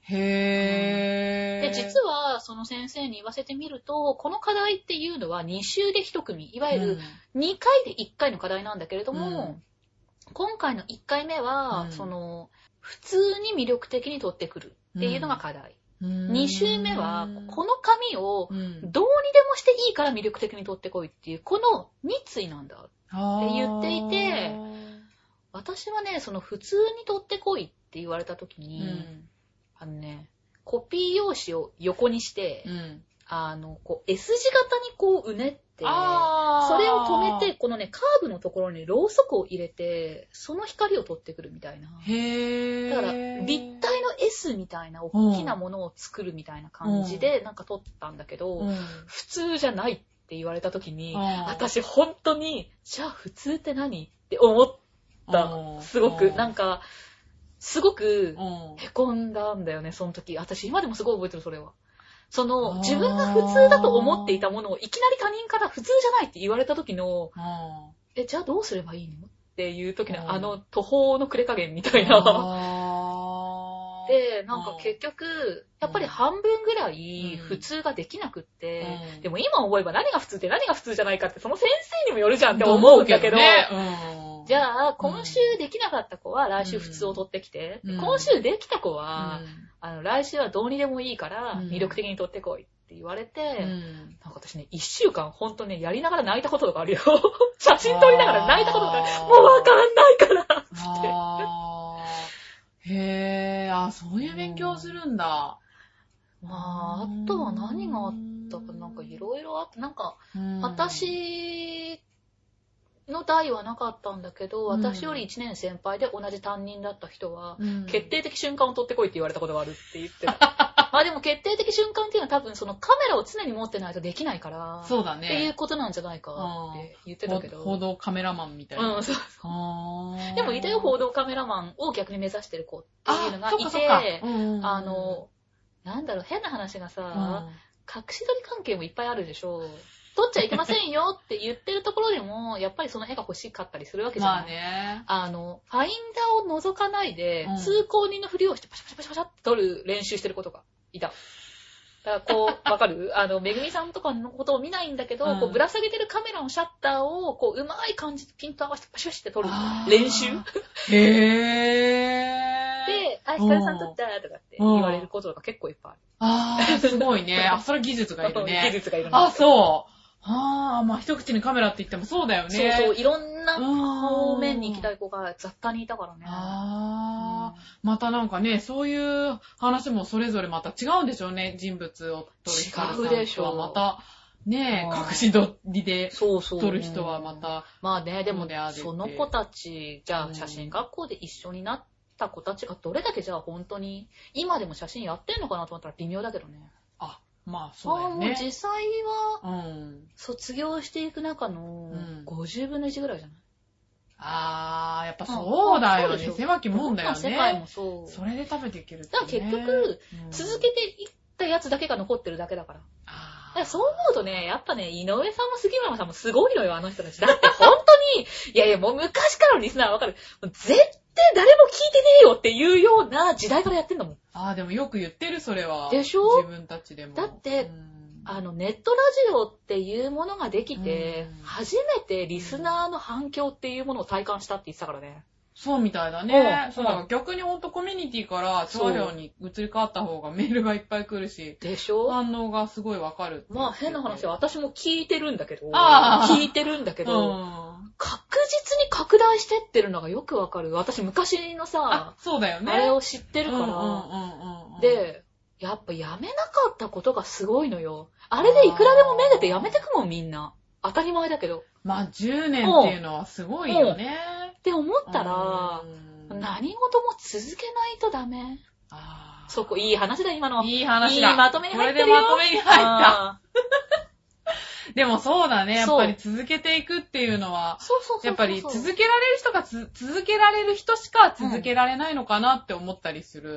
Speaker 1: へー。
Speaker 2: で、実はその先生に言わせてみると、この課題っていうのはに週でいち組、いわゆるにかいでいっかいの課題なんだけれども、うん、今回のいっかいめは、うん、その、普通に魅力的に取ってくるっていうのが課題。うん、に週目は、この紙をどうにでもしていいから魅力的に取ってこいっていう、このに対なんだって言っていて、私はね、その普通に取ってこいって言われた時に、うん、あのね、コピー用紙を横にして、うん、あの、こう S 字型にこううねって、それを止めて、このね、カーブのところにろうそくを入れて、その光を取ってくるみたいな。
Speaker 1: へー。
Speaker 2: だから、立体の S みたいな大きなものを作るみたいな感じで、なんか撮ったんだけど、うん、普通じゃないって言われた時に、私本当に、じゃあ普通って何って思った。すごく、なんか、すごく凹んだんだよね、その時。私今でもすごい覚えてる、それは。その、自分が普通だと思っていたものをいきなり他人から普通じゃないって言われた時の、え、じゃあどうすればいいのっていう時のあの途方の暮れ加減みたいな。で、なんか結局、やっぱり半分ぐらい普通ができなくって、うん、でも今思えば何が普通って何が普通じゃないかってその先生にもよるじゃんって思うんだけど、ねうん、じゃあ今週できなかった子は来週普通を取ってきて、うん、今週できた子は、うん、あの来週はどうにでもいいから魅力的に取ってこいって言われて、うん、なんか私ね、一週間ほんとね、やりながら泣いたこととかあるよ。写真撮りながら泣いたこととか、もうわかんないからって
Speaker 1: へー、あ、そういう勉強するんだ。
Speaker 2: うん、まあ、あとは何があったか、なんかいろいろあって、なんか、私の代はなかったんだけど、私よりいちねん先輩で同じ担任だった人は、うん、決定的瞬間を撮ってこいって言われたことがあるって言ってた。まあでも決定的瞬間っていうのは多分そのカメラを常に持ってないとできないから、
Speaker 1: そうだね。
Speaker 2: っていうことなんじゃないかって言ってたけど。
Speaker 1: 報道カメラマンみたいな。うん、そうそう 。
Speaker 2: でもいたよ、報道カメラマンを逆に目指してる子っていうのがいて、あ, あの、なんだろう、変な話がさ、うん、隠し撮り関係もいっぱいあるでしょ。撮っちゃいけませんよって言ってるところでも、やっぱりその絵が欲しかったりするわけじゃない。まあね。あの、ファインダーを覗かないで、うん、通行人のふりをしてパシャパシャパシャパシャって撮る練習してる子とかいた。だからこう、わかるあの、めぐみさんとかのことを見ないんだけど、うん、こうぶら下げてるカメラのシャッターを、こう、うまい感じでピント合わせてパシャパシャって撮る練習
Speaker 1: へー。
Speaker 2: で、あ、ヒカルさん撮ったとかって言われることとか結構いっぱいある。
Speaker 1: あー、すごいね。あ、それ技術がいるね。
Speaker 2: 技術がいるね。
Speaker 1: あ、そう。ああ、まあ一口にカメラって言ってもそうだよね。
Speaker 2: そうそう、いろんな方面に行きたい子が雑多にいたからね。
Speaker 1: ああ、うん、またなんかね、そういう話もそれぞれまた違うんでしょうね。人物を撮るヒカルさんとはまた、ねえ、隠し撮りで撮る人はまた。
Speaker 2: まあね、でもその子たち、じゃあ写真学校で一緒になった子たちがどれだけじゃあ本当に、今でも写真やってんのかなと思ったら微妙だけどね。
Speaker 1: あ、まあそうだよね。
Speaker 2: もう実際は、卒業していく中のごじゅうぶんのいちぐらいじゃない、うん、あ
Speaker 1: ー、やっぱそうだよね。狭きもんだよね。
Speaker 2: 世界もそう。
Speaker 1: それで食べていけるって、ね。
Speaker 2: だから結局、うん、続けていったやつだけが残ってるだけだから。あだからそう思うとね、やっぱね、井上さんも杉村さんもすごいのよ、あの人たち。だって本当に、いやいやもう昔からのリスナーはわかる。絶対誰も聞いてねえよっていうような時代からやってんだもん。
Speaker 1: ああ、でもよく言ってる、それは。
Speaker 2: でしょ？
Speaker 1: 自分たちでも。
Speaker 2: だって、うん、あの、ネットラジオっていうものができて、うん、初めてリスナーの反響っていうものを体感したって言ってたからね。
Speaker 1: そうみたいだね。うん、そうだから逆にほんとコミュニティから調料に移り変わった方がメールがいっぱい来るし。
Speaker 2: でしょ？
Speaker 1: 反応がすごいわかる。
Speaker 2: まあ変な話は私も聞いてるんだけど。あ聞いてるんだけど。うん確実に拡大してってるのがよくわかる。私昔のさ、
Speaker 1: あ、そうだよね。
Speaker 2: あれを知ってるから。で、やっぱやめなかったことがすごいのよ。あれでいくらでもめげてやめてくもんみんな。当たり前だけど。
Speaker 1: まあじゅうねんっていうのはすごいよね。
Speaker 2: って思ったら、何事も続けないとダメ。あそこいい話だ今の。
Speaker 1: いい話だ。
Speaker 2: いいまとめに入ってるよ。
Speaker 1: これでまとめに入った。でもそうだね。やっぱり続けていくっていうのは、
Speaker 2: そうそうそうそう
Speaker 1: やっぱり続けられる人がつ続けられる人しか続けられないのかなって思ったりする。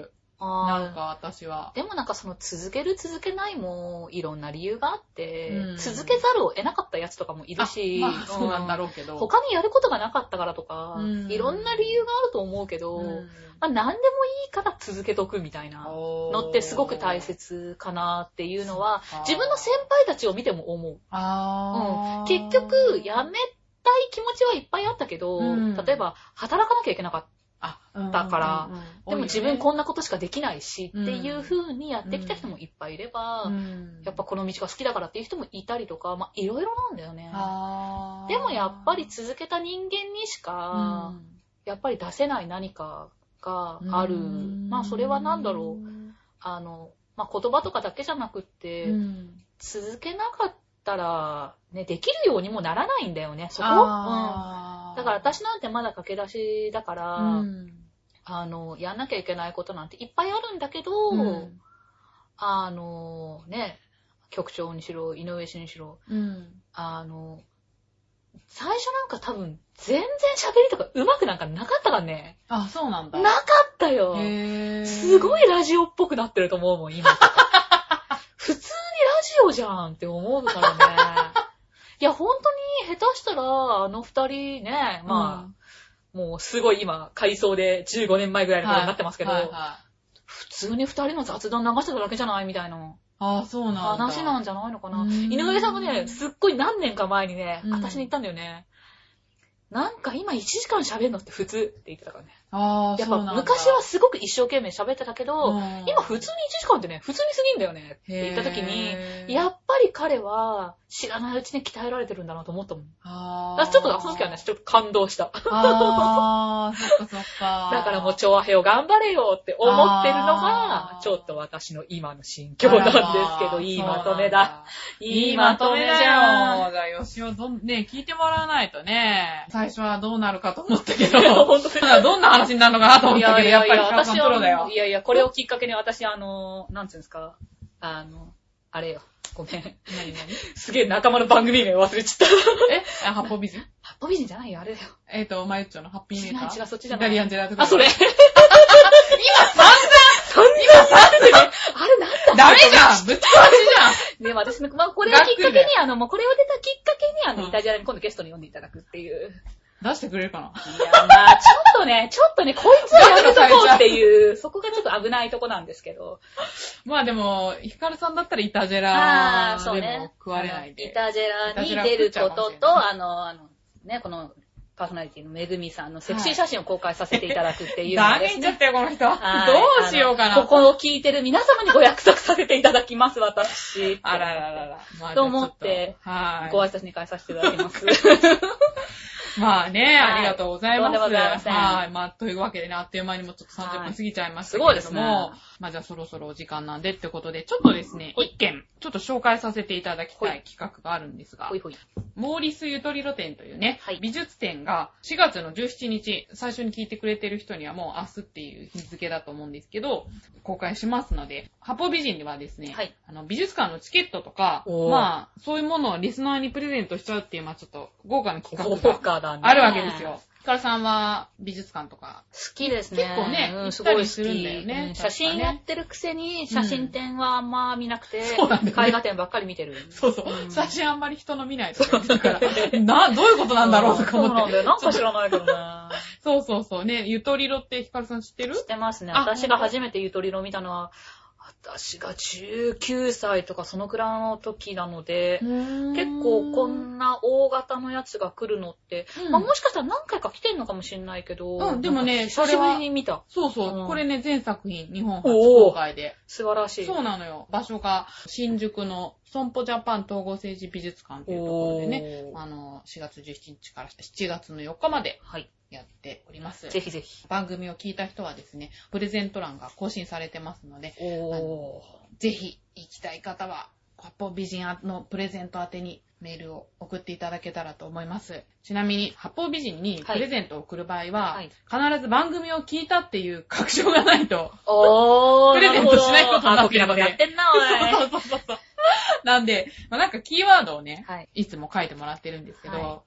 Speaker 1: なんか私は。
Speaker 2: でもなんかその続ける続けないもいろんな理由があって、うん、続けざるを得なかったやつとかもいるし、
Speaker 1: まあ、そうなんだろうけど、うん、
Speaker 2: 他にやることがなかったからとか、うん、いろんな理由があると思うけど、うん、まあ、何でもいいから続けとくみたいなのってすごく大切かなっていうのは自分の先輩たちを見ても思う。あ、うん、結局やめたい気持ちはいっぱいあったけど、うん、例えば働かなきゃいけなかっただから、うんうんうん、でも自分こんなことしかできないし、うん、っていう風にやってきた人もいっぱいいれば、うん、やっぱこの道が好きだからっていう人もいたりとか、まあいろいろなんだよね。でもやっぱり続けた人間にしか、うん、やっぱり出せない何かがある。うん、まあそれはなんだろう。あの、まあ言葉とかだけじゃなくって、うん、続けなかったら、ね、できるようにもならないんだよね、そこ。うん、だから私なんてまだ駆け出しだから、うんあの、やんなきゃいけないことなんていっぱいあるんだけど、うん、あの、ね、局長にしろ、井上氏にしろ、うん、あの、最初なんか多分、全然喋りとか上手くなんかなかったからね。
Speaker 1: あ、そうなんだ。
Speaker 2: なかったよ。へー。すごいラジオっぽくなってると思うもん、今。普通にラジオじゃんって思うからね。いや、本当に下手したら、あの二人ね、まあ、うんもうすごい今、回想でじゅうごねんまえぐらいのことになってますけど、はいはいはい、普通に二人の雑談流してただけじゃないみたいな。
Speaker 1: ああ、そうなんだ。
Speaker 2: 話なんじゃないのかな。井上さんがね、すっごい何年か前にね、私に言ったんだよね。なんか今いちじかん喋るのって普通って言ってたからね。ああ、やっぱ昔はすごく一生懸命喋ってたけど、今普通にいちじかんってね、普通に過ぎんだよねって言った時に、やっぱり彼は知らないうちに鍛えられてるんだなと思ったもん。ああ。ちょっとその時はね、ちょっと感動した。
Speaker 1: ああ、そっかそっか。
Speaker 2: だからもう調和平を頑張れよって思ってるのが、ちょっと私の今の心境なんですけど、いいまとめだ。
Speaker 1: いいまとめだよ。じゃあ、よしおどん、ね、聞いてもらわないとね、最初はどうなるかと思ったけど、本当にどんな話になるのかなと思ったけど、やっぱり私はプロだよ。
Speaker 2: いやいや、これをきっかけに私、あの、なんつうんですか、あの、あれよ。ごめん。何何すげえ仲間の番組名忘れちゃった。
Speaker 1: え八方美人
Speaker 2: 八方美人じゃないよ、あれだよ。
Speaker 1: えっ、ー、と、マユッチョのハッピーメーカー。
Speaker 2: 違う、そっちじゃない。イタ
Speaker 1: リアンジェラート。
Speaker 2: あ、それ今
Speaker 1: 散々今散々
Speaker 2: あれなんだ
Speaker 1: ダメじゃんぶっ壊しじゃん
Speaker 2: でも私の、まあ、これをきっかけに、あの、もうこれを出たきっかけに、あの、うん、イタジェラに今度ゲストに呼んでいただくっていう。
Speaker 1: 出してくれるかな。
Speaker 2: いや、まあ、ちょっとね、ちょっとね、こいつやめとこうっていう、そこがちょっと危ないとこなんですけど。
Speaker 1: まあでも、ヒカルさんだったらイタジェラでも食われないで。
Speaker 2: ね、イタジェラに出ることと、あの、あの、ね、この、パーソナリティのめぐみさんのセクシー写真を公開させていただくっていうのですね。
Speaker 1: ダメ言っちゃったよ、この人。どうしようかな。
Speaker 2: ここを聞いてる皆様にご約束させていただきます、私。
Speaker 1: あらららら。
Speaker 2: まあ、と思って、ご挨拶に返させていただきます。
Speaker 1: まあね、はい、ありがとうございます。
Speaker 2: とんでもございません。
Speaker 1: はい。まあ、というわけでね、あっという間にもちょっとさんじゅっぷん過ぎちゃいましたけれども、はい、すごいですね。まあじゃあそろそろお時間なんでってことで、ちょっとですね、一件、ちょっと紹介させていただきたい企画があるんですが、
Speaker 2: ほいほい
Speaker 1: モーリスゆとりろ展というね、はい、美術展がしがつのじゅうしちにち、最初に聞いてくれてる人にはもう明日っていう日付だと思うんですけど、公開しますので、八方美人ではですね、はい、あの美術館のチケットとか、まあそういうものをリスナーにプレゼントしちゃうっていう、まあちょっと豪華な企画があるわけですよ。ヒカルさんは美術館とか
Speaker 2: 好きですね。
Speaker 1: 結構ね、うん、すごいするんだよね。
Speaker 2: 写真やってるくせに写真展はあんま見なくて、うんね、絵画展ばっかり見てる。
Speaker 1: そうそう、うん。写真あんまり人の見ないとか言ってから、な、どういうことなんだろうとか思って。
Speaker 2: そうなんだよ。なんか知らないけどね。
Speaker 1: そうそうそう。ね、ゆとりろってヒカルさん知ってる？
Speaker 2: 知ってますね。私が初めてゆとりろ見たのは、私がじゅうきゅうさいとかそのくらいの時なので、結構こんな大型のやつが来るのって、うん、まあ、もしかしたら何回か来てんのかもしれないけど、
Speaker 1: うん、でもね、
Speaker 2: 久しぶりに見た。
Speaker 1: そうそう、うん、これね、全作品日本初公開で。
Speaker 2: 素晴らしい。
Speaker 1: そうなのよ。場所が新宿の損保ジャパン統合政治美術館というところでね、あの、しがつじゅうしちにちからしちがつのよっかまで。はい。やっております。
Speaker 2: ぜひぜひ。
Speaker 1: 番組を聞いた人はですね、プレゼント欄が更新されてますので、おぜひ行きたい方は、八方美人のプレゼント宛てにメールを送っていただけたらと思います。ちなみに、八方美人にプレゼントを送る場合は、はいはい、必ず番組を聞いたっていう確証がないと、
Speaker 2: おー、
Speaker 1: プレゼントしないことになってるので。
Speaker 2: やってんな、おい。
Speaker 1: そうそうそうそう。なんで、まあ、なんかキーワードをね、はい、いつも書いてもらってるんですけど、はい、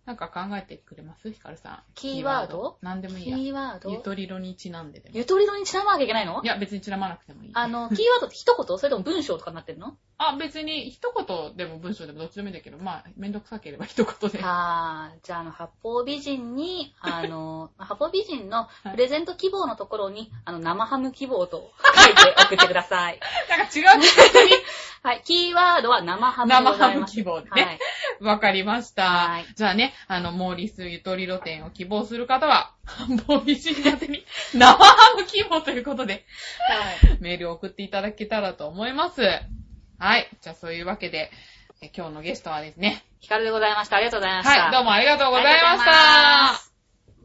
Speaker 1: なんか考えてくれますひかるさん。
Speaker 2: キーワード
Speaker 1: なんでもいいや。
Speaker 2: キーワード
Speaker 1: ゆとりろにちなんででも。
Speaker 2: ゆとりろにちなまなきゃいけないの？
Speaker 1: いや、別にちなまなくてもいい。
Speaker 2: あの、キーワードって一言それとも文章とかになってるの？
Speaker 1: あ、別に一言でも文章でもどっちでもいいんだけど、まあ、めんどくさければ一言で。
Speaker 2: はー、じゃあ、あの、八方美人に、あの、八方美人のプレゼント希望のところに、あの、生ハム希望と書いて送ってください。
Speaker 1: なんか違う別に。
Speaker 2: はい、キーワードは生ハムでございます。
Speaker 1: 生ハム希望でね。わ、はい、かりました。
Speaker 2: はい。
Speaker 1: じゃあね、あの、モーリスゆとり露店を希望する方は、八方美人宛てに生ハム希望ということで、はい、メールを送っていただけたらと思います。はい。じゃあそういうわけで、え今日のゲストはですね、
Speaker 2: ヒカルでございました。ありがとうございました。
Speaker 1: はい、どうもありがとうございました。